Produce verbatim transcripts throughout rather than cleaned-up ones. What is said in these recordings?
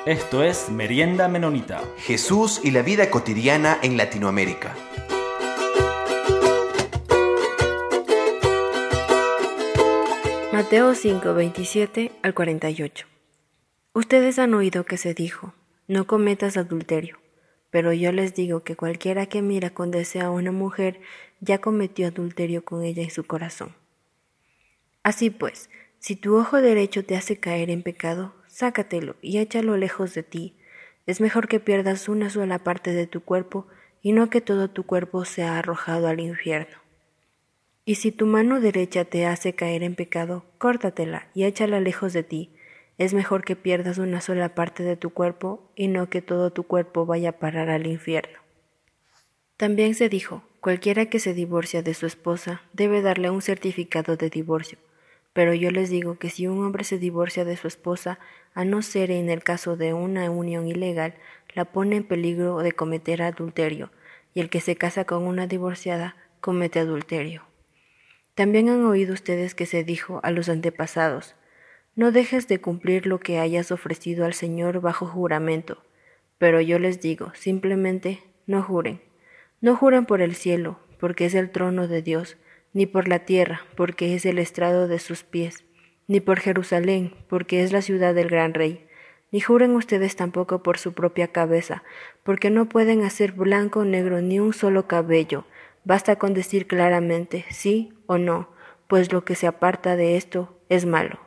Esto es Merienda Menonita. Jesús y la vida cotidiana en Latinoamérica. Mateo cinco, veintisiete al cuarenta y ocho. Ustedes han oído que se dijo, no cometas adulterio, pero yo les digo que cualquiera que mira con deseo a una mujer ya cometió adulterio con ella en su corazón. Así pues, si tu ojo derecho te hace caer en pecado, sácatelo y échalo lejos de ti. Es mejor que pierdas una sola parte de tu cuerpo y no que todo tu cuerpo sea arrojado al infierno. Y si tu mano derecha te hace caer en pecado, córtatela y échala lejos de ti. Es mejor que pierdas una sola parte de tu cuerpo y no que todo tu cuerpo vaya a parar al infierno. También se dijo, cualquiera que se divorcia de su esposa debe darle un certificado de divorcio. Pero yo les digo que si un hombre se divorcia de su esposa, a no ser en el caso de una unión ilegal, la pone en peligro de cometer adulterio, y el que se casa con una divorciada comete adulterio. También han oído ustedes que se dijo a los antepasados, no dejes de cumplir lo que hayas ofrecido al Señor bajo juramento. Pero yo les digo, simplemente, no juren. No juren por el cielo, porque es el trono de Dios, ni por la tierra, porque es el estrado de sus pies, ni por Jerusalén, porque es la ciudad del gran rey. Ni juren ustedes tampoco por su propia cabeza, porque no pueden hacer blanco o negro ni un solo cabello. Basta con decir claramente sí o no, pues lo que se aparta de esto es malo.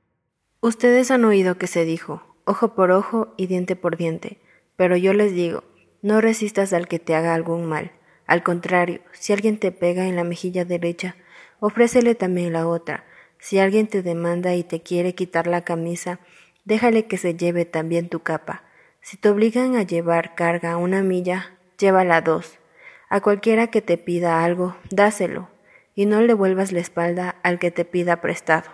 Ustedes han oído que se dijo, ojo por ojo y diente por diente, pero yo les digo, no resistas al que te haga algún mal. Al contrario, si alguien te pega en la mejilla derecha, ofrécele también la otra. Si alguien te demanda y te quiere quitar la camisa, déjale que se lleve también tu capa. Si te obligan a llevar carga una milla, llévala dos. A cualquiera que te pida algo, dáselo, y no le vuelvas la espalda al que te pida prestado.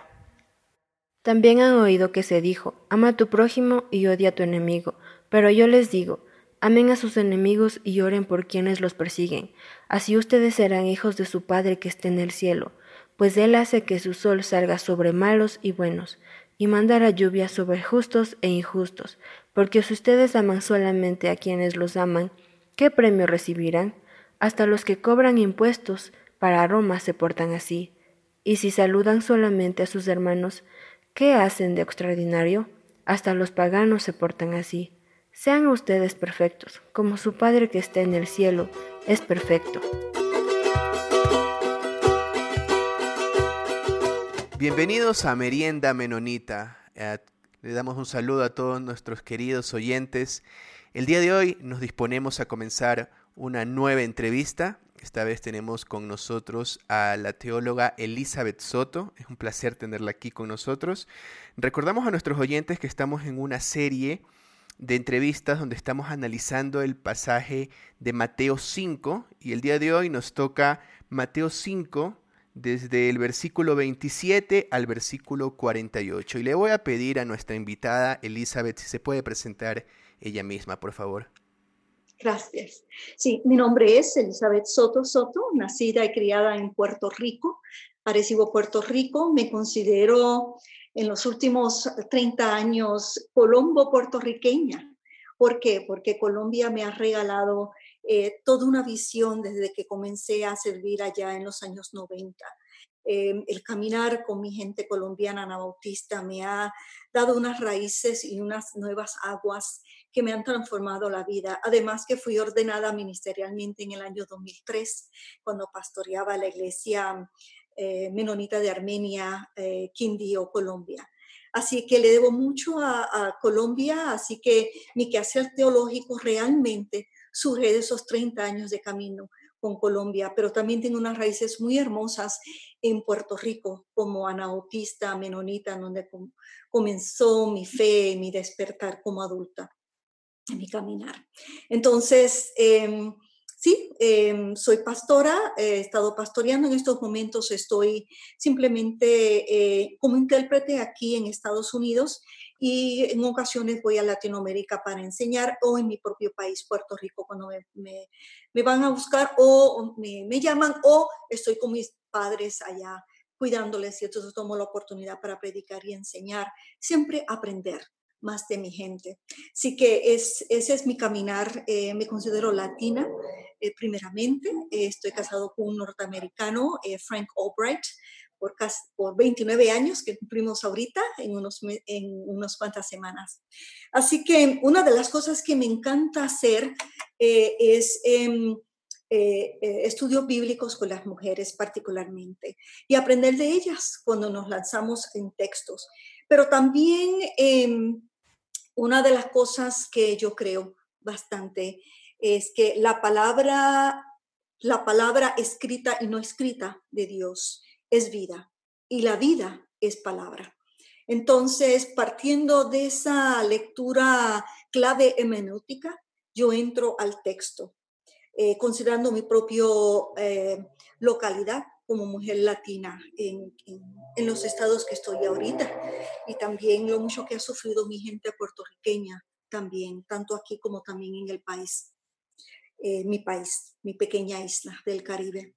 También han oído que se dijo, ama a tu prójimo y odia a tu enemigo, pero yo les digo, amen a sus enemigos y oren por quienes los persiguen. Así ustedes serán hijos de su Padre que está en el cielo, pues Él hace que su sol salga sobre malos y buenos, y mandará lluvia sobre justos e injustos. Porque si ustedes aman solamente a quienes los aman, ¿qué premio recibirán? Hasta los que cobran impuestos para Roma se portan así. Y si saludan solamente a sus hermanos, ¿qué hacen de extraordinario? Hasta los paganos se portan así. Sean ustedes perfectos, como su Padre que está en el cielo es perfecto. Bienvenidos a Merienda Menonita. Eh, le damos un saludo a todos nuestros queridos oyentes. El día de hoy nos disponemos a comenzar una nueva entrevista. Esta vez tenemos con nosotros a la teóloga Elizabeth Soto. Es un placer tenerla aquí con nosotros. Recordamos a nuestros oyentes que estamos en una serie de entrevistas donde estamos analizando el pasaje de Mateo cinco y el día de hoy nos toca Mateo cinco desde el versículo veintisiete al versículo cuarenta y ocho. Y le voy a pedir a nuestra invitada Elizabeth si se puede presentar ella misma, por favor. Gracias. Sí, mi nombre es Elizabeth Soto Soto, nacida y criada en Puerto Rico, Arecibo, Puerto Rico. Me considero en los últimos treinta años colombo puertorriqueña. ¿Por qué? Porque Colombia me ha regalado eh, toda una visión desde que comencé a servir allá en los años noventa. Eh, el caminar con mi gente colombiana anabautista me ha dado unas raíces y unas nuevas aguas que me han transformado la vida. Además que fui ordenada ministerialmente en el año dos mil tres, cuando pastoreaba la iglesia eh, menonita de Armenia, eh, Quindío, Colombia. Así que le debo mucho a, a Colombia, así que mi quehacer teológico realmente surge de esos treinta años de camino con Colombia, pero también tengo unas raíces muy hermosas en Puerto Rico como anabautista, menonita, donde com- comenzó mi fe y mi despertar como adulta en mi caminar. Entonces, eh, sí, eh, soy pastora, he estado pastoreando en estos momentos, estoy simplemente eh, como intérprete aquí en Estados Unidos y en ocasiones voy a Latinoamérica para enseñar o en mi propio país, Puerto Rico, cuando me, me, me van a buscar o me, me llaman o estoy con mis padres allá cuidándoles y entonces tomo la oportunidad para predicar y enseñar, siempre aprender. más de mi gente. Así que es, ese es mi caminar. Eh, me considero latina, eh, primeramente. Eh, estoy casado con un norteamericano, eh, Frank Albright, por, casi, por veintinueve años, que cumplimos ahorita en, unos, en unas cuantas semanas. Así que una de las cosas que me encanta hacer eh, es eh, eh, estudios bíblicos con las mujeres particularmente y aprender de ellas cuando nos lanzamos en textos. Pero también eh, una de las cosas que yo creo bastante es que la palabra, la palabra escrita y no escrita de Dios es vida y la vida es palabra. Entonces, partiendo de esa lectura clave hermenéutica, yo entro al texto, eh, considerando mi propia eh, localidad como mujer latina en, en, en los estados que estoy ahorita, y también lo mucho que ha sufrido mi gente puertorriqueña también, tanto aquí como también en el país, eh, mi país, mi pequeña isla del Caribe.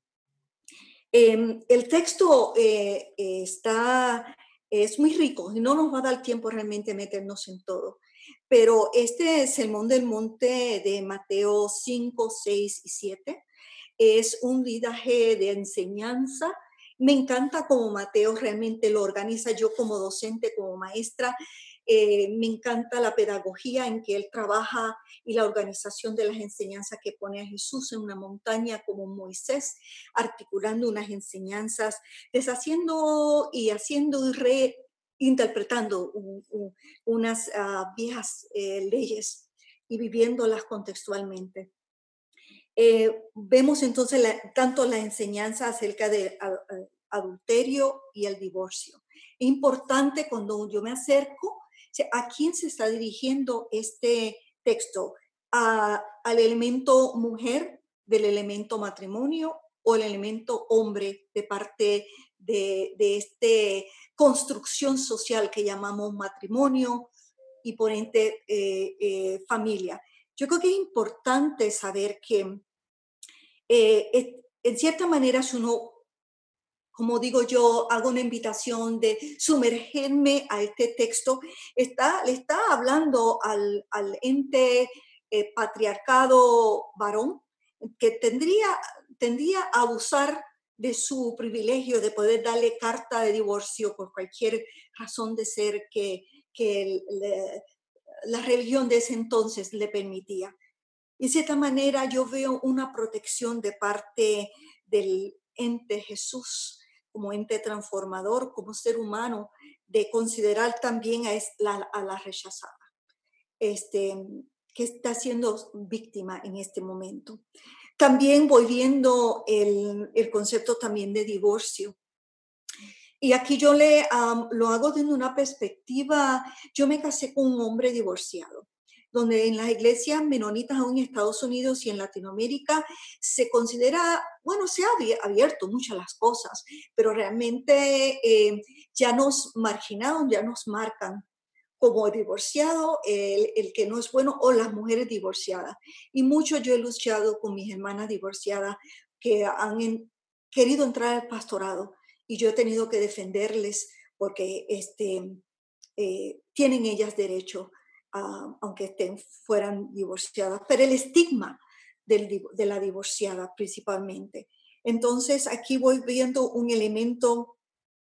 Eh, el texto eh, está, es muy rico y no nos va a dar tiempo realmente meternos en todo, pero este Sermón del Monte de Mateo cinco, seis y siete es un viaje de enseñanza. Me encanta cómo Mateo realmente lo organiza. Yo como docente, como maestra, eh, me encanta la pedagogía en que él trabaja y la organización de las enseñanzas que pone a Jesús en una montaña como Moisés, articulando unas enseñanzas, deshaciendo y haciendo y reinterpretando un, un, unas uh, viejas eh, leyes y viviéndolas contextualmente. Eh, vemos entonces la, tanto la enseñanza acerca del adulterio y el divorcio. Es importante cuando yo me acerco, ¿a quién se está dirigiendo este texto? ¿A, al elemento mujer del elemento matrimonio o el elemento hombre de parte de, de esta construcción social que llamamos matrimonio y por ende eh, eh, familia? Yo creo que es importante saber que Eh, en cierta manera, si uno, como digo yo, hago una invitación de sumergerme a este texto, está, le está hablando al, al ente eh, patriarcado varón que tendría, tendría a abusar de su privilegio de poder darle carta de divorcio por cualquier razón de ser que, que le, la religión de ese entonces le permitía. De cierta manera yo veo una protección de parte del ente Jesús como ente transformador, como ser humano, de considerar también a la, a la rechazada, este, que está siendo víctima en este momento. También voy viendo el, el concepto también de divorcio. Y aquí yo le, um, lo hago desde una perspectiva, yo me casé con un hombre divorciado, donde en las iglesias menonitas aún en Estados Unidos y en Latinoamérica se considera, bueno, se ha abierto muchas las cosas, pero realmente eh, ya nos marginaron, ya nos marcan como divorciado, el, el que no es bueno, o las mujeres divorciadas. Y mucho yo he luchado con mis hermanas divorciadas que han en, querido entrar al pastorado y yo he tenido que defenderles porque este, eh, tienen ellas derecho Uh, aunque estén fueran divorciadas, pero el estigma del, de la divorciada principalmente. Entonces aquí voy viendo un elemento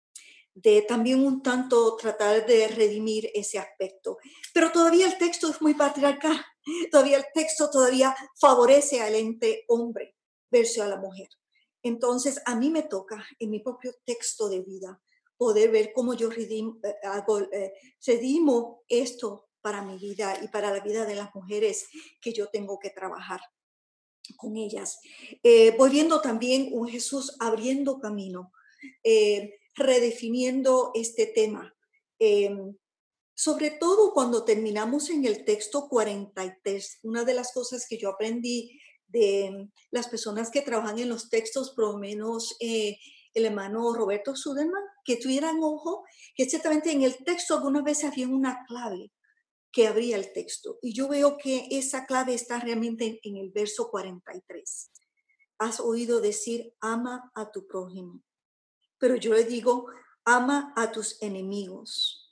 de también un tanto tratar de redimir ese aspecto. Pero todavía el texto es muy patriarcal, todavía el texto todavía favorece al ente hombre versus a la mujer. Entonces a mí me toca en mi propio texto de vida poder ver cómo yo redim, eh, hago, eh, redimo esto para mi vida y para la vida de las mujeres que yo tengo que trabajar con ellas. Eh, voy viendo también un Jesús abriendo camino, eh, redefiniendo este tema. Eh, sobre todo cuando terminamos en el texto cuarenta y tres, una de las cosas que yo aprendí de las personas que trabajan en los textos, por lo menos eh, el hermano Roberto Suderman, que tuvieran ojo, que ciertamente en el texto algunas veces había una clave que abría el texto. Y yo veo que esa clave está realmente en el verso cuarenta y tres. Has oído decir, ama a tu prójimo. Pero yo le digo, ama a tus enemigos.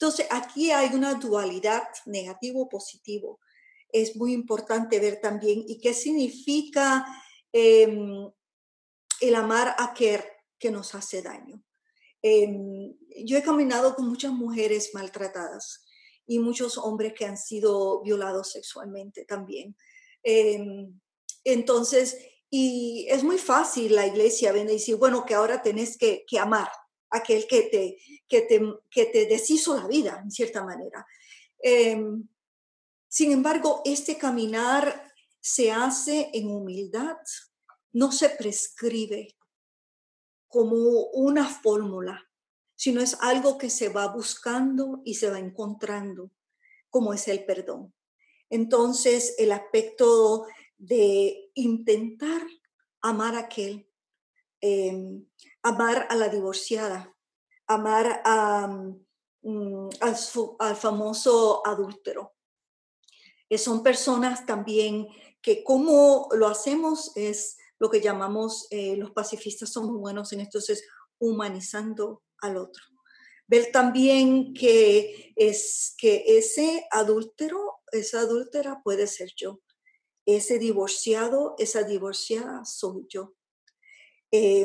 Entonces, aquí hay una dualidad negativo-positivo. Es muy importante ver también y qué significa eh, el amar a aquel que nos hace daño. Eh, yo he caminado con muchas mujeres maltratadas y muchos hombres que han sido violados sexualmente también. Eh, entonces, y es muy fácil la iglesia viene y dice, bueno, que ahora tenés que, que amar a aquel que te, que, te, que te deshizo la vida, en cierta manera. Eh, sin embargo, este caminar se hace en humildad, no se prescribe como una fórmula, sino es algo que se va buscando y se va encontrando, como es el perdón. Entonces, el aspecto de intentar amar a aquel, eh, amar a la divorciada, amar a, um, al, al famoso adúltero. Eh, son personas también que como lo hacemos es lo que llamamos, eh, los pacifistas son muy buenos en esto, es humanizando al otro. Ver también que, es, que ese adúltero, esa adúltera puede ser yo. Ese divorciado, esa divorciada soy yo. Eh,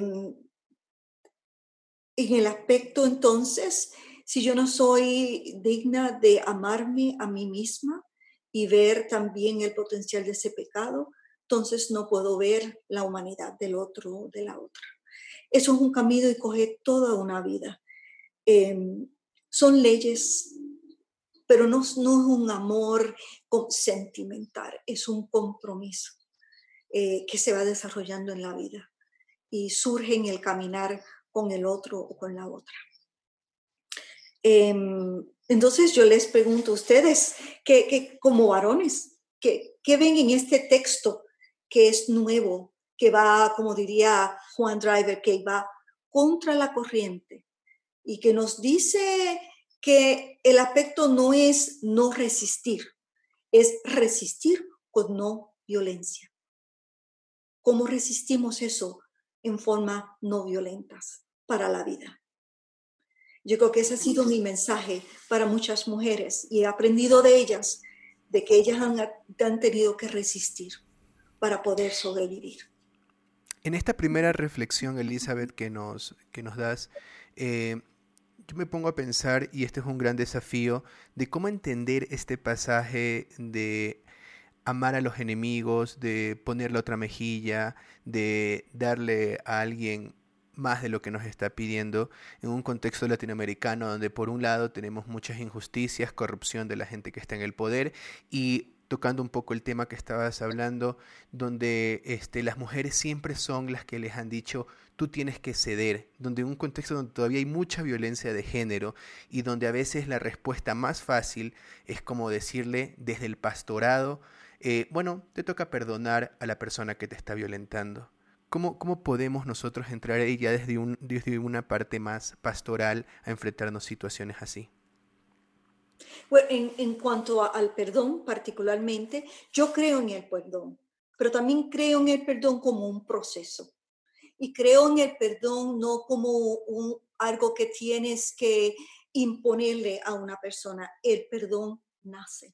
en el aspecto entonces, si yo no soy digna de amarme a mí misma y ver también el potencial de ese pecado, entonces no puedo ver la humanidad del otro, de la otra. Eso es un camino y coge toda una vida. Eh, son leyes, pero no, no es un amor sentimental, es un compromiso eh, que se va desarrollando en la vida y surge en el caminar con el otro o con la otra. Eh, entonces yo les pregunto a ustedes, que, que como varones, ¿qué, ¿qué ven en este texto que es nuevo, que va, como diría Juan Driver, que va contra la corriente y que nos dice que el aspecto no es no resistir, es resistir con no violencia? ¿Cómo resistimos eso en forma no violentas para la vida? Yo creo que ese ha sido mi mensaje para muchas mujeres y he aprendido de ellas, de que ellas han, han tenido que resistir para poder sobrevivir. En esta primera reflexión, Elizabeth, que nos, que nos das, eh, yo me pongo a pensar, y este es un gran desafío, de cómo entender este pasaje de amar a los enemigos, de ponerle otra mejilla, de darle a alguien más de lo que nos está pidiendo en un contexto latinoamericano donde por un lado tenemos muchas injusticias, corrupción de la gente que está en el poder, y tocando un poco el tema que estabas hablando, donde este, las mujeres siempre son las que les han dicho tú tienes que ceder, donde en un contexto donde todavía hay mucha violencia de género y donde a veces la respuesta más fácil es como decirle desde el pastorado, eh, bueno, te toca perdonar a la persona que te está violentando. ¿Cómo, cómo podemos nosotros entrar ahí ya desde, un, desde una parte más pastoral a enfrentarnos situaciones así? Bueno, en, en cuanto a, al perdón particularmente, yo creo en el perdón, pero también creo en el perdón como un proceso. Y creo en el perdón no como un, algo que tienes que imponerle a una persona. El perdón nace.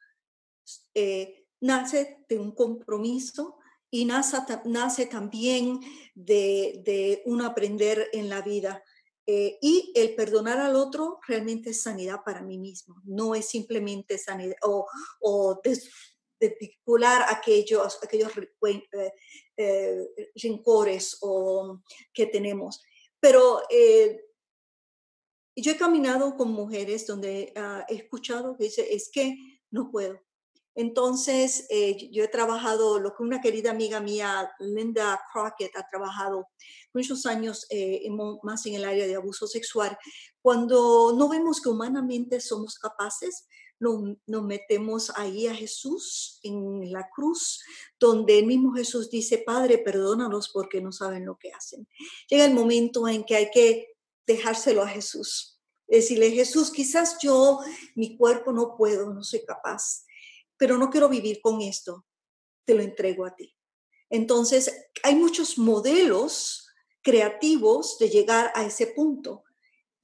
Eh, nace de un compromiso y nace, nace también de, de un aprender en la vida. Eh, y el perdonar al otro realmente es sanidad para mí mismo. No es simplemente sanidad o, o des, desvincular aquellos, aquellos eh, eh, rencores o, que tenemos. Pero eh, yo he caminado con mujeres donde uh, he escuchado que dice, es que no puedo. Entonces, eh, yo he trabajado, lo que una querida amiga mía, Linda Crockett, ha trabajado muchos años eh, más en el área de abuso sexual. Cuando no vemos que humanamente somos capaces, nos, nos metemos ahí a Jesús en la cruz, donde el mismo Jesús dice, Padre, perdónalos porque no saben lo que hacen. Llega el momento en que hay que dejárselo a Jesús. Decirle, Jesús, quizás yo, mi cuerpo no puedo, no soy capaz, pero no quiero vivir con esto, te lo entrego a ti. Entonces, hay muchos modelos creativos de llegar a ese punto,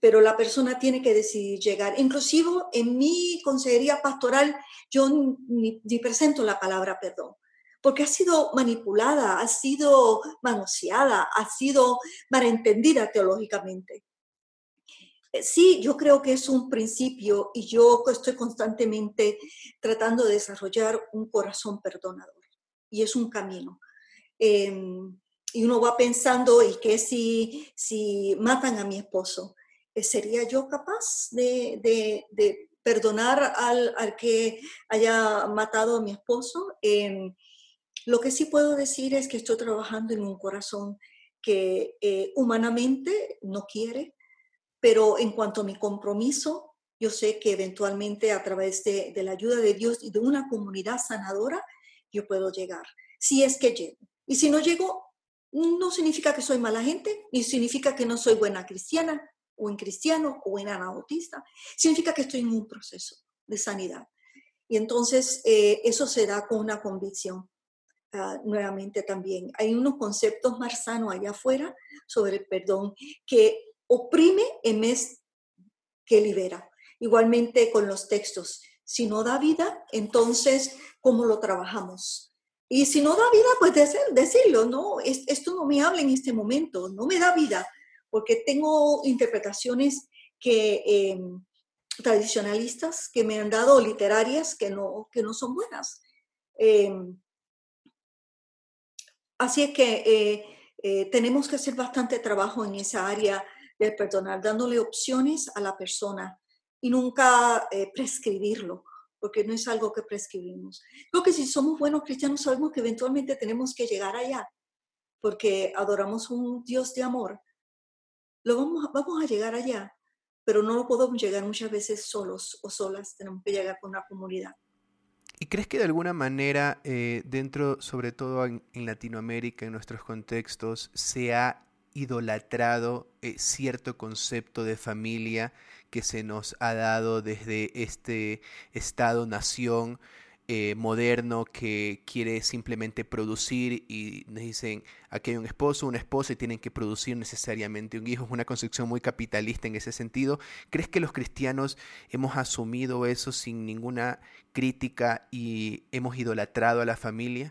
pero la persona tiene que decidir llegar. Inclusive en mi consejería pastoral yo ni, ni presento la palabra perdón, porque ha sido manipulada, ha sido manoseada, ha sido malentendida teológicamente. Sí, yo creo que es un principio y yo estoy constantemente tratando de desarrollar un corazón perdonador y es un camino. Eh, y uno va pensando, ¿y qué si, si matan a mi esposo? ¿Sería yo capaz de, de, de perdonar al, al que haya matado a mi esposo? Eh, lo que sí puedo decir es que estoy trabajando en un corazón que eh, humanamente no quiere, pero en cuanto a mi compromiso, yo sé que eventualmente a través de, de la ayuda de Dios y de una comunidad sanadora, yo puedo llegar, si es que llego. Y si no llego, no significa que soy mala gente, ni significa que no soy buena cristiana, o buen cristiano, o buen anabautista. Significa que estoy en un proceso de sanidad. Y entonces eh, eso se da con una convicción. Uh, nuevamente también hay unos conceptos más sanos allá afuera sobre el perdón que oprime en vez que libera. Igualmente con los textos. Si no da vida, entonces, ¿cómo lo trabajamos? Y si no da vida, pues decir, decirlo, no, es, esto no me habla en este momento, no me da vida, porque tengo interpretaciones que, eh, tradicionalistas que me han dado, literarias, que no, que no son buenas. Eh, así es que eh, eh, tenemos que hacer bastante trabajo en esa área del perdonar, dándole opciones a la persona y nunca eh, prescribirlo, porque no es algo que prescribimos. Creo que si somos buenos cristianos sabemos que eventualmente tenemos que llegar allá, porque adoramos un Dios de amor. Lo vamos, vamos a llegar allá, pero no lo podemos llegar muchas veces solos o solas, tenemos que llegar con una comunidad. ¿Y crees que de alguna manera eh, dentro, sobre todo en, en Latinoamérica, en nuestros contextos, se ha idolatrado eh, cierto concepto de familia que se nos ha dado desde este Estado-nación eh, moderno que quiere simplemente producir y nos dicen aquí hay un esposo, una esposa y tienen que producir necesariamente un hijo? Es una concepción muy capitalista en ese sentido. ¿Crees que los cristianos hemos asumido eso sin ninguna crítica y hemos idolatrado a la familia?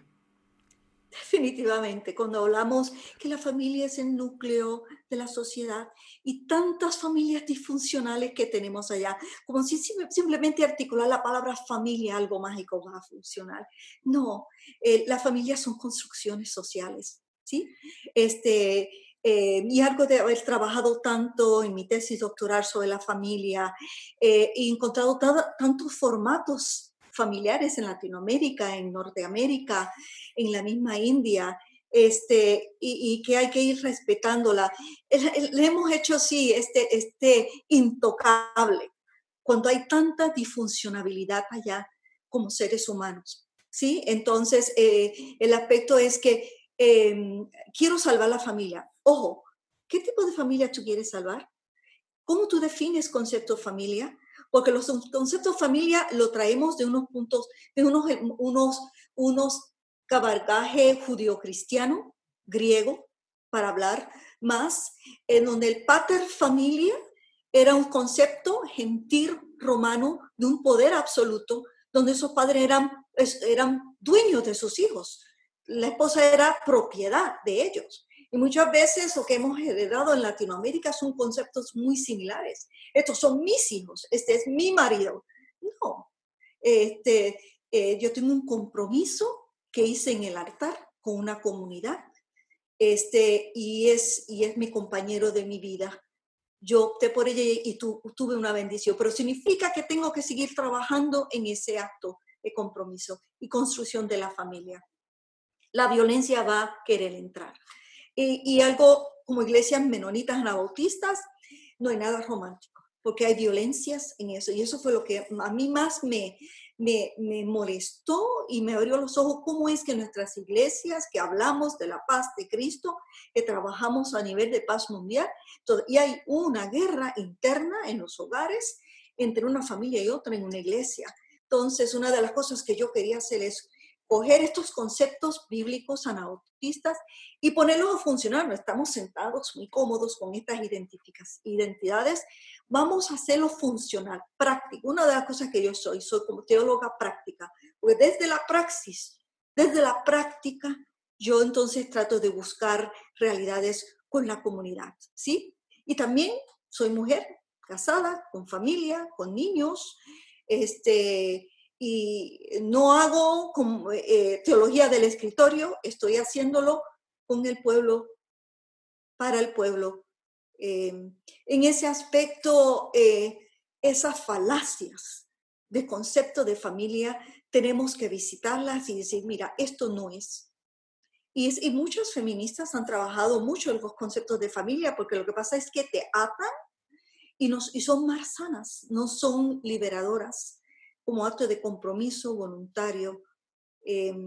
Definitivamente, cuando hablamos que la familia es el núcleo de la sociedad y tantas familias disfuncionales que tenemos allá, como si simplemente articular la palabra familia, algo mágico va a funcionar. No, eh, las familias son construcciones sociales, ¿sí? Este, eh, y algo de haber trabajado tanto en mi tesis doctoral sobre la familia, eh, he encontrado tantos formatos familiares en Latinoamérica, en Norteamérica, en la misma India, este, y, y que hay que ir respetándola. Le hemos hecho, sí, este, este intocable, cuando hay tanta disfuncionalidad allá como seres humanos, ¿sí? Entonces, eh, el aspecto es que eh, quiero salvar la familia. Ojo, ¿qué tipo de familia tú quieres salvar? ¿Cómo tú defines concepto familia? Porque los conceptos familia lo traemos de unos puntos, de unos, unos, unos cabalgaje judío-cristiano, griego, para hablar más, en donde el pater familia era un concepto gentil romano de un poder absoluto, donde esos padres eran, eran dueños de sus hijos. La esposa era propiedad de ellos. Y muchas veces lo que hemos heredado en Latinoamérica son conceptos muy similares. Estos son mis hijos, este es mi marido. No, este, eh, yo tengo un compromiso que hice en el altar con una comunidad este, y, es, y es mi compañero de mi vida. Yo opté por ella y tu, tuve una bendición, pero significa que tengo que seguir trabajando en ese acto de compromiso y construcción de la familia. La violencia va a querer entrar. Y, y algo como iglesias menonitas anabautistas, no hay nada romántico, porque hay violencias en eso. Y eso fue lo que a mí más me, me, me molestó y me abrió los ojos, cómo es que nuestras iglesias, que hablamos de la paz de Cristo, que trabajamos a nivel de paz mundial, y hay una guerra interna en los hogares entre una familia y otra en una iglesia. Entonces, una de las cosas que yo quería hacer es coger estos conceptos bíblicos anabautistas y ponerlos a funcionar. No estamos sentados muy cómodos con estas identidades. Vamos a hacerlo funcional, práctico. Una de las cosas que yo soy, soy como teóloga práctica, porque desde la praxis, desde la práctica, yo entonces trato de buscar realidades con la comunidad, ¿sí? Y también soy mujer, casada, con familia, con niños, este... y no hago como, eh, teología del escritorio, estoy haciéndolo con el pueblo, para el pueblo. Eh, en ese aspecto, eh, esas falacias de concepto de familia, tenemos que visitarlas y decir, mira, esto no es. Y, es, y muchas feministas han trabajado mucho en los conceptos de familia, porque lo que pasa es que te atan y, nos, y son más sanas, no son liberadoras, como acto de compromiso voluntario. Eh,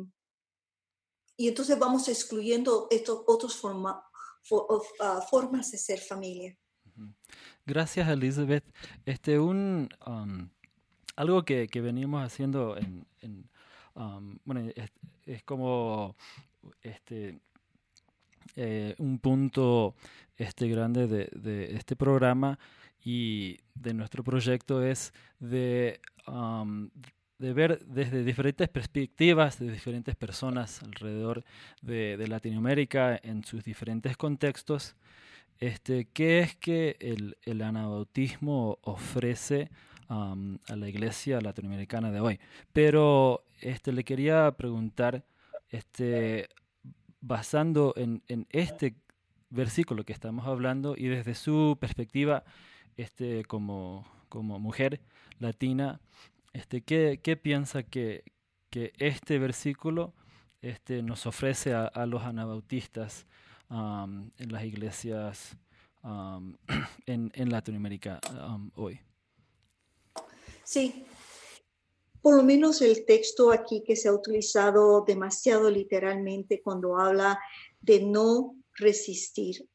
y entonces vamos excluyendo estas otras forma, for, of, uh, formas de ser familia. Gracias, Elizabeth. Este, un, um, algo que, que venimos haciendo en, en um, bueno, es, es como este, eh, un punto este, grande de, de este programa y de nuestro proyecto es de, um, de ver desde diferentes perspectivas de diferentes personas alrededor de, de Latinoamérica en sus diferentes contextos, este, qué es que el, el anabautismo ofrece um, a la iglesia latinoamericana de hoy. Pero este, le quería preguntar, este, basando en, en este versículo que estamos hablando y desde su perspectiva este, como, como mujer latina, este, ¿qué, qué piensa que, que este versículo este, nos ofrece a, a los anabautistas um, en las iglesias um, en, en Latinoamérica um, hoy? Sí, por lo menos el texto aquí que se ha utilizado demasiado literalmente cuando habla de no resistir.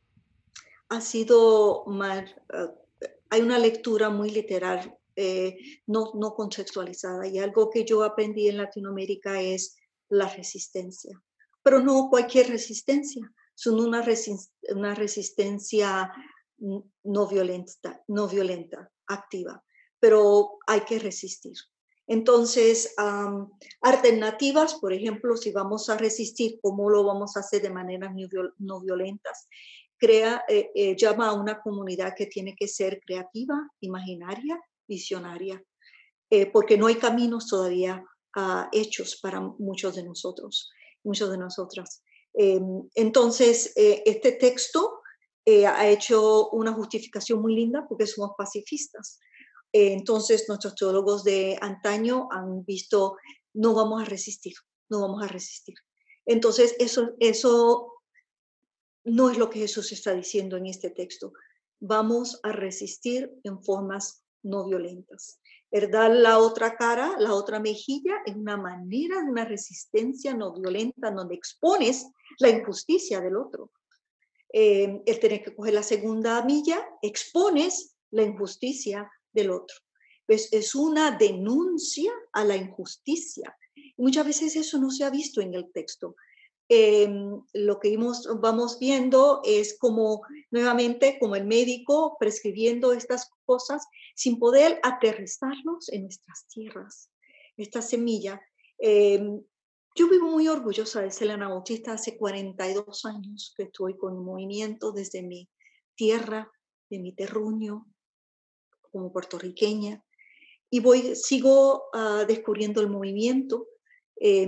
Ha sido, mal, uh, hay una lectura muy literal, eh, no, no contextualizada, y algo que yo aprendí en Latinoamérica es la resistencia, pero no cualquier resistencia, sino una, resist una resistencia no violenta, no violenta, activa, pero hay que resistir. Entonces, um, alternativas, por ejemplo, si vamos a resistir, ¿cómo lo vamos a hacer de maneras no violentas? Crea, eh, eh, llama a una comunidad que tiene que ser creativa, imaginaria, visionaria, eh, porque no hay caminos todavía uh, hechos para muchos de nosotros, muchos de nosotras. Eh, entonces, eh, este texto eh, ha hecho una justificación muy linda porque somos pacifistas. Eh, entonces, nuestros teólogos de antaño han visto, no vamos a resistir, no vamos a resistir. Entonces, eso, eso no es lo que Jesús está diciendo en este texto. Vamos a resistir en formas no violentas. ¿Verdad? La otra cara, la otra mejilla, es una manera de una resistencia no violenta donde expones la injusticia del otro. Eh, el tener que coger la segunda milla, expones la injusticia del otro. Pues es una denuncia a la injusticia. Muchas veces eso no se ha visto en el texto. Eh, lo que vimos, vamos viendo es como, nuevamente, como el médico prescribiendo estas cosas sin poder aterrizarlos en nuestras tierras. Esta semilla. Eh, yo vivo muy orgullosa de ser anabautista. Hace cuarenta y dos años que estoy con el movimiento desde mi tierra, de mi terruño, como puertorriqueña. Y voy, sigo uh, descubriendo el movimiento. Eh,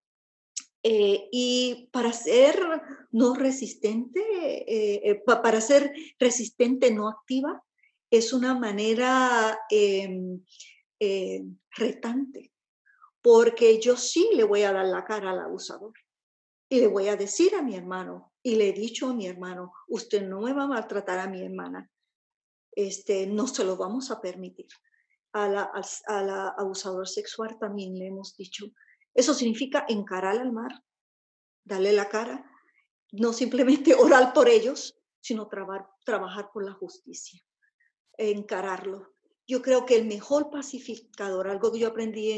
Eh, y para ser no resistente, eh, eh, pa para ser resistente no activa, es una manera eh, eh, retante, porque yo sí le voy a dar la cara al abusador y le voy a decir a mi hermano, y le he dicho a mi hermano, usted no me va a maltratar a mi hermana, este, no se lo vamos a permitir. A la, a, a la abusador sexual también le hemos dicho, eso significa encarar al mar, darle la cara, no simplemente orar por ellos, sino trabajar, trabajar por la justicia, encararlo. Yo creo que el mejor pacificador, algo que yo aprendí en,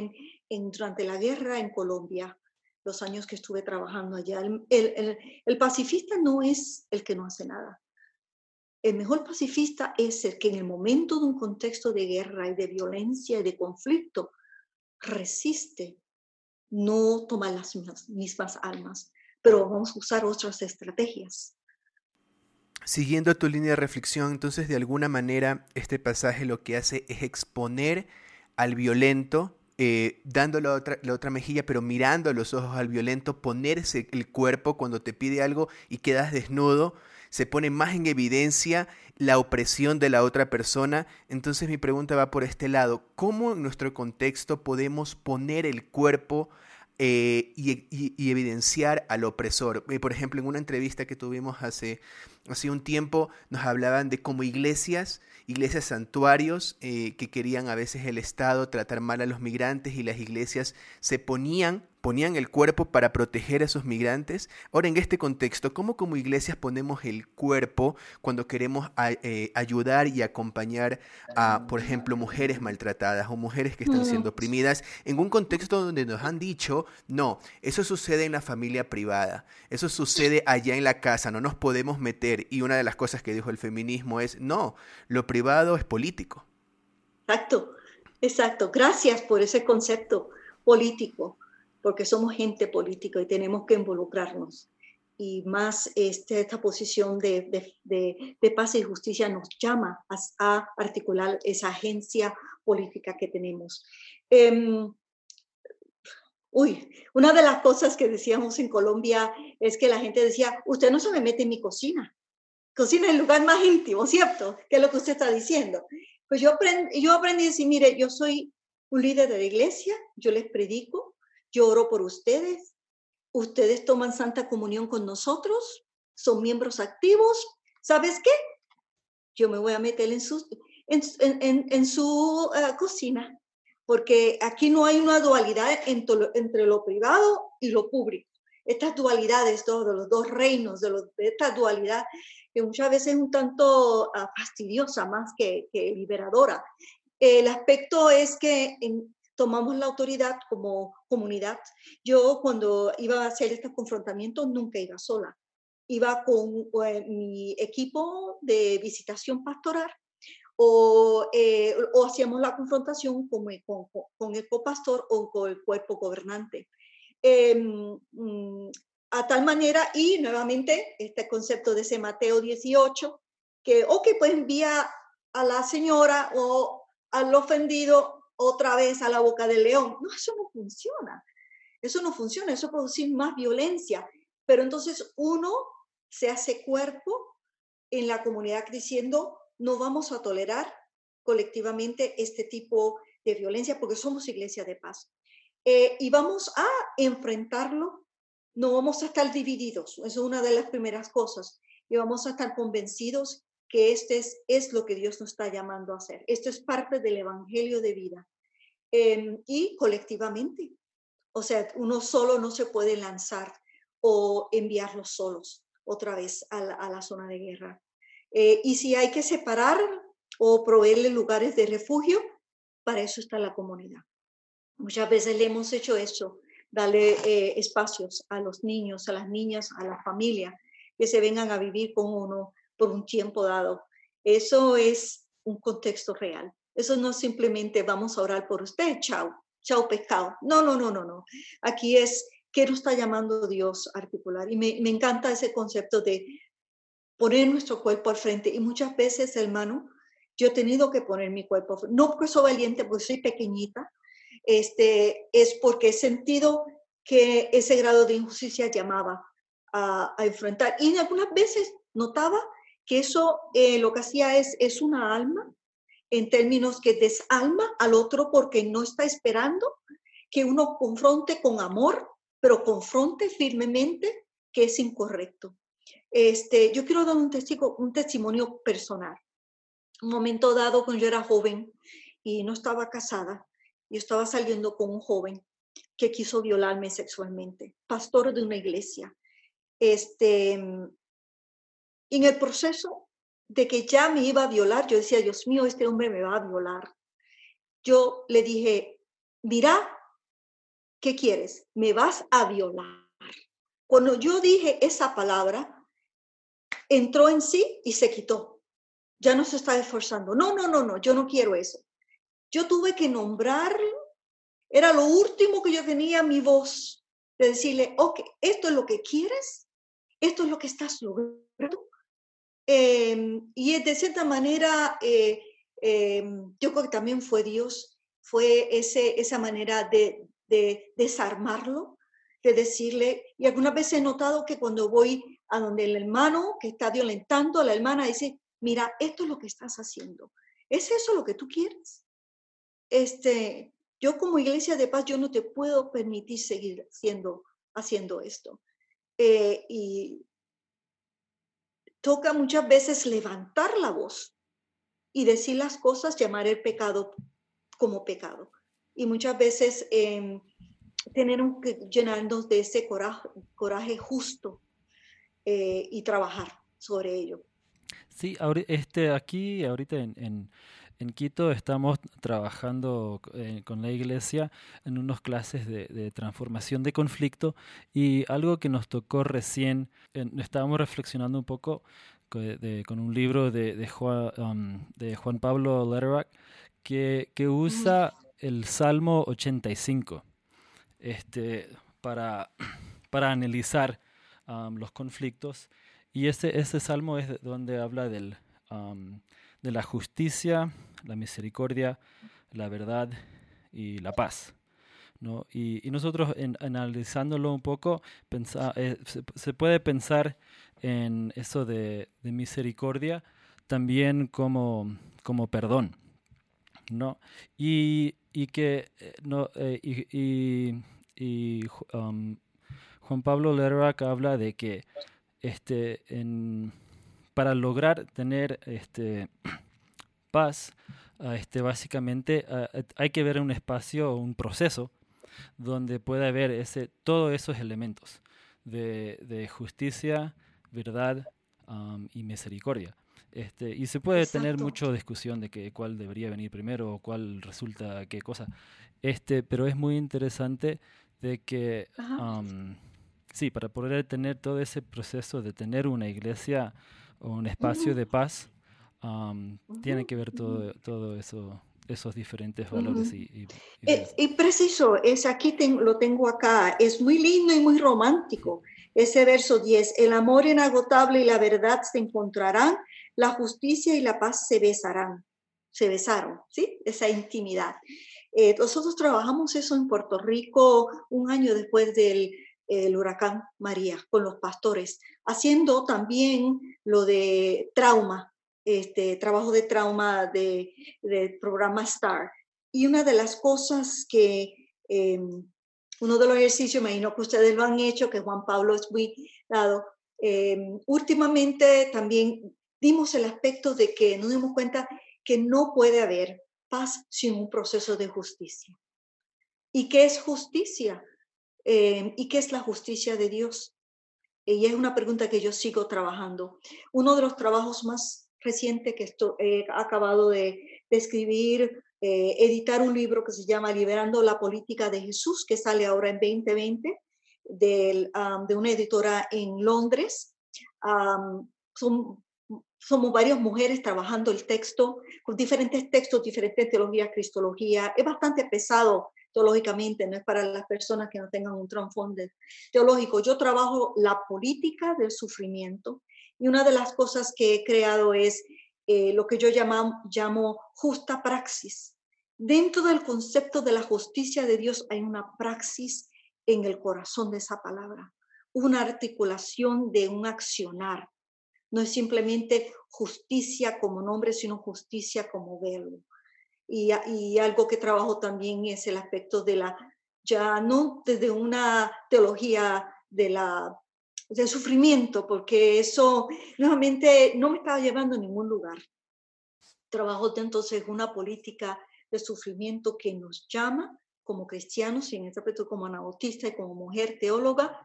en, durante la guerra en Colombia, los años que estuve trabajando allá. El, el, el pacifista no es el que no hace nada. El mejor pacifista es el que en el momento de un contexto de guerra y de violencia y de conflicto resiste, no toma las mismas, mismas armas, pero vamos a usar otras estrategias. Siguiendo tu línea de reflexión, entonces de alguna manera este pasaje lo que hace es exponer al violento, eh, dando la otra, la otra mejilla, pero mirando a los ojos al violento, ponerse el cuerpo cuando te pide algo y quedas desnudo, se pone más en evidencia la opresión de la otra persona. Entonces mi pregunta va por este lado: ¿cómo en nuestro contexto podemos poner el cuerpo eh, y, y, y evidenciar al opresor? Eh, por ejemplo, en una entrevista que tuvimos hace, hace un tiempo, nos hablaban de cómo iglesias, iglesias santuarios, eh, que querían a veces el Estado tratar mal a los migrantes, y las iglesias se ponían, ponían el cuerpo para proteger a esos migrantes. Ahora, en este contexto, ¿cómo como iglesias ponemos el cuerpo cuando queremos a, eh, ayudar y acompañar a, por ejemplo, mujeres maltratadas o mujeres que están siendo oprimidas, en un contexto donde nos han dicho, no, eso sucede en la familia privada, eso sucede allá en la casa, no nos podemos meter? Y una de las cosas que dijo el feminismo es, no, lo privado es político. Exacto, exacto. Gracias por ese concepto político, porque somos gente política y tenemos que involucrarnos. Y más este, esta posición de, de, de, de paz y justicia nos llama a, a articular esa agencia política que tenemos. Um, uy, una de las cosas que decíamos en Colombia es que la gente decía, usted no se me mete en mi cocina. Cocina es el lugar más íntimo, ¿cierto? Que es lo que usted está diciendo. Pues yo aprendí, yo aprendí a decir, mire, yo soy un líder de la iglesia, yo les predico, yo oro por ustedes, ustedes toman Santa Comunión con nosotros, son miembros activos. ¿Sabes qué? Yo me voy a meter en su, en, en, en su uh, cocina, porque aquí no hay una dualidad entre, entre lo privado y lo público. Estas dualidades, todos los dos reinos, de, los, de esta dualidad, que muchas veces es un tanto uh, fastidiosa más que, que liberadora. El aspecto es que en, tomamos la autoridad como comunidad. Yo cuando iba a hacer estos confrontamientos nunca iba sola. Iba con eh, mi equipo de visitación pastoral o, eh, o hacíamos la confrontación con, con, con el copastor o con el cuerpo gobernante. Eh, a tal manera, y nuevamente este concepto de ese Mateo dieciocho, que ok, pues envía a la señora o al ofendido otra vez a la boca del león. No, eso no funciona. Eso no funciona, eso produce más violencia. Pero entonces uno se hace cuerpo en la comunidad diciendo, no vamos a tolerar colectivamente este tipo de violencia porque somos iglesia de paz. Eh, y vamos a enfrentarlo, no vamos a estar divididos, eso es una de las primeras cosas, y vamos a estar convencidos que este es, es lo que Dios nos está llamando a hacer. Esto es parte del evangelio de vida. Eh, y colectivamente, o sea, uno solo no se puede lanzar o enviarlos solos otra vez a la, a la zona de guerra. Eh, y si hay que separar o proveerle lugares de refugio, para eso está la comunidad. Muchas veces le hemos hecho eso, darle eh, espacios a los niños, a las niñas, a la familia, que se vengan a vivir con uno por un tiempo dado. Eso es un contexto real. Eso no es simplemente vamos a orar por usted, chao, chao pescado. No, no, no, no, no. Aquí es qué nos está llamando Dios a articular. Y me, me encanta ese concepto de poner nuestro cuerpo al frente. Y muchas veces, hermano, yo he tenido que poner mi cuerpo al frente. No porque soy valiente, porque soy pequeñita, este, es porque he sentido que ese grado de injusticia llamaba a, a enfrentar. Y algunas veces notaba que eso eh, lo que hacía es, es una alma, en términos que desalma al otro porque no está esperando que uno confronte con amor, pero confronte firmemente que es incorrecto. Este, yo quiero dar un testigo, un testimonio personal. Un momento dado, cuando yo era joven y no estaba casada, yo estaba saliendo con un joven que quiso violarme sexualmente, pastor de una iglesia. Este, y en el proceso de que ya me iba a violar, yo decía, Dios mío, este hombre me va a violar. Yo le dije, mira, ¿qué quieres? Me vas a violar. Cuando yo dije esa palabra, entró en sí y se quitó. Ya no se está esforzando. No, no, no, no, yo no quiero eso. Yo tuve que nombrarlo. Era lo último que yo tenía mi voz, de decirle, ok, esto es lo que quieres, esto es lo que estás logrando. Eh, y de cierta manera, eh, eh, yo creo que también fue Dios, fue ese, esa manera de, de desarmarlo, de decirle, y algunas veces he notado que cuando voy a donde el hermano que está violentando a la hermana, dice, mira, esto es lo que estás haciendo. ¿Es eso lo que tú quieres? Este, yo como Iglesia de Paz, yo no te puedo permitir seguir haciendo, haciendo esto. Eh, y toca muchas veces levantar la voz y decir las cosas, llamar el pecado como pecado. Y muchas veces eh, tenemos que llenarnos de ese coraje, coraje justo eh, y trabajar sobre ello. Sí, este, aquí ahorita en, en, en Quito estamos trabajando eh, con la iglesia en unas clases de, de transformación de conflicto, y algo que nos tocó recién, eh, estábamos reflexionando un poco de, de, con un libro de, de, Juan, um, de Juan Pablo Lederach que, que usa el Salmo ochenta y cinco este, para, para analizar um, los conflictos. Y ese, ese salmo es donde habla del, um, de la justicia, la misericordia, la verdad y la paz, ¿no? Y, y nosotros en, analizándolo un poco, pensa, eh, se, se puede pensar en eso de, de misericordia también como, como perdón, ¿no? Y, y que eh, no, eh, y, y, y um, Juan Pablo Lederach habla de que este, en, para lograr tener este, paz, uh, este, básicamente uh, hay que ver un espacio o un proceso donde pueda haber ese, todos esos elementos de, de justicia, verdad um, y misericordia. Este, y se puede Exacto. tener mucha discusión de que cuál debería venir primero o cuál resulta qué cosa. Este, pero es muy interesante de que um, sí, para poder tener todo ese proceso de tener una iglesia o un espacio uh-huh. de paz, um, uh-huh. tiene que ver todo, todo eso, esos diferentes valores. Uh-huh. y, y, y, eh, y preciso, es aquí ten, lo tengo acá, es muy lindo y muy romántico. Ese verso diez, el amor inagotable y la verdad se encontrarán, la justicia y la paz se besarán, se besaron, ¿sí? Esa intimidad. Eh, nosotros trabajamos eso en Puerto Rico un año después del el huracán María, con los pastores, haciendo también lo de trauma, este trabajo de trauma del de programa STAR. Y una de las cosas que, eh, uno de los ejercicios, me imagino que ustedes lo han hecho, que Juan Pablo es muy dado, eh, últimamente también dimos el aspecto de que nos dimos cuenta que no puede haber paz sin un proceso de justicia. ¿Y qué es justicia? Eh, ¿Y qué es la justicia de Dios? Y es una pregunta que yo sigo trabajando. Uno de los trabajos más recientes que esto, he eh, acabado de, de escribir, eh, editar un libro que se llama Liberando la Política de Jesús, que sale ahora en veinte veinte, del, um, de una editora en Londres. Um, son, somos varias mujeres trabajando el texto, con diferentes textos, diferentes teologías, cristología. Es bastante pesado teológicamente, no es para las personas que no tengan un trasfondo teológico. Yo trabajo la política del sufrimiento, y una de las cosas que he creado es eh, lo que yo llamo, llamo justa praxis. Dentro del concepto de la justicia de Dios hay una praxis en el corazón de esa palabra, una articulación de un accionar. No es simplemente justicia como nombre, sino justicia como verbo. Y, y algo que trabajo también es el aspecto de la, ya no desde una teología de la, del sufrimiento, porque eso nuevamente no me estaba llevando a ningún lugar. Trabajo entonces una política de sufrimiento que nos llama como cristianos, y en este aspecto como anabautista y como mujer teóloga,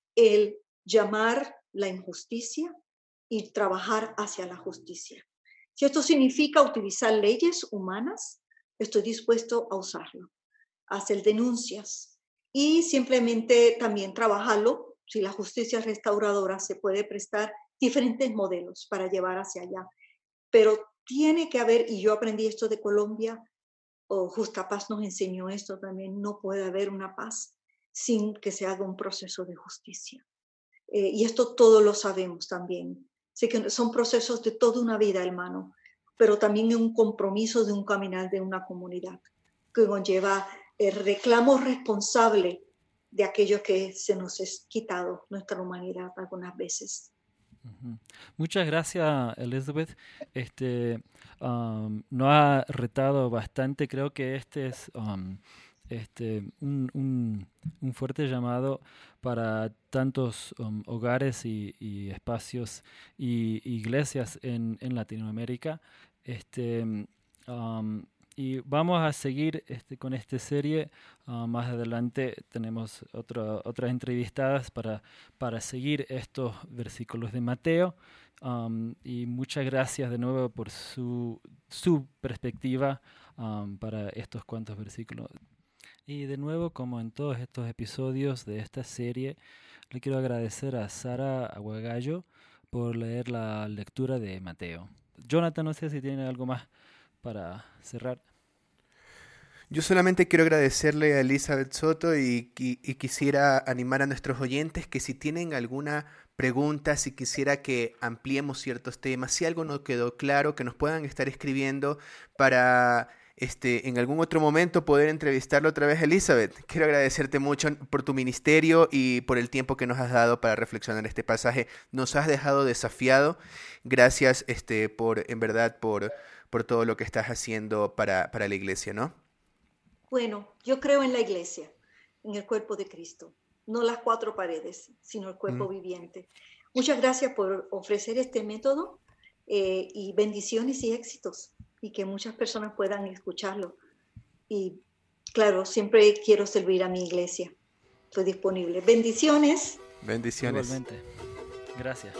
el llamar la injusticia y trabajar hacia la justicia. Si esto significa utilizar leyes humanas, estoy dispuesto a usarlo, a hacer denuncias, y simplemente también trabajarlo. Si la justicia restauradora se puede prestar diferentes modelos para llevar hacia allá. Pero tiene que haber, y yo aprendí esto de Colombia, o Justa Paz nos enseñó esto también, no puede haber una paz sin que se haga un proceso de justicia. Eh, y esto todos lo sabemos también. Sé que son procesos de toda una vida, hermano, pero también un compromiso de un caminar de una comunidad que conlleva el reclamo responsable de aquello que se nos es quitado, nuestra humanidad algunas veces. Uh-huh. Muchas gracias, Elizabeth. Este, um, nos ha retado bastante. Creo que este es um, este, un, un, un fuerte llamado para tantos um, hogares y, y espacios y iglesias en, en Latinoamérica. Este, um, y vamos a seguir este, con esta serie. Uh, más adelante tenemos otro, otras entrevistadas para, para seguir estos versículos de Mateo. Um, y muchas gracias de nuevo por su, su perspectiva um, para estos cuantos versículos. Y de nuevo, como en todos estos episodios de esta serie, le quiero agradecer a Sara Aguagallo por leer la lectura de Mateo. Jonathan, no sé si tiene algo más para cerrar. Yo solamente quiero agradecerle a Elizabeth Soto y, y, y quisiera animar a nuestros oyentes que si tienen alguna pregunta, si quisiera que ampliemos ciertos temas, si algo no quedó claro, que nos puedan estar escribiendo para este, en algún otro momento poder entrevistarlo otra vez, Elizabeth. Quiero agradecerte mucho por tu ministerio y por el tiempo que nos has dado para reflexionar este pasaje. Nos has dejado desafiado. Gracias este, por, en verdad, por, por todo lo que estás haciendo para, para la iglesia, ¿no? Bueno, yo creo en la iglesia, en el cuerpo de Cristo, no las cuatro paredes, sino el cuerpo mm. viviente. Muchas gracias por ofrecer este método eh, y bendiciones y éxitos y que muchas personas puedan escucharlo. Y claro, siempre quiero servir a mi iglesia. Estoy disponible. Bendiciones. Bendiciones. Igualmente. Gracias.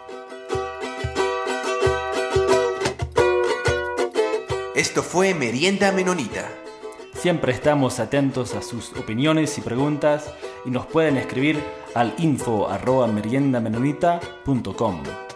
Esto fue Merienda Menonita. Siempre estamos atentos a sus opiniones y preguntas y nos pueden escribir al info arroba meriendamenonita punto com.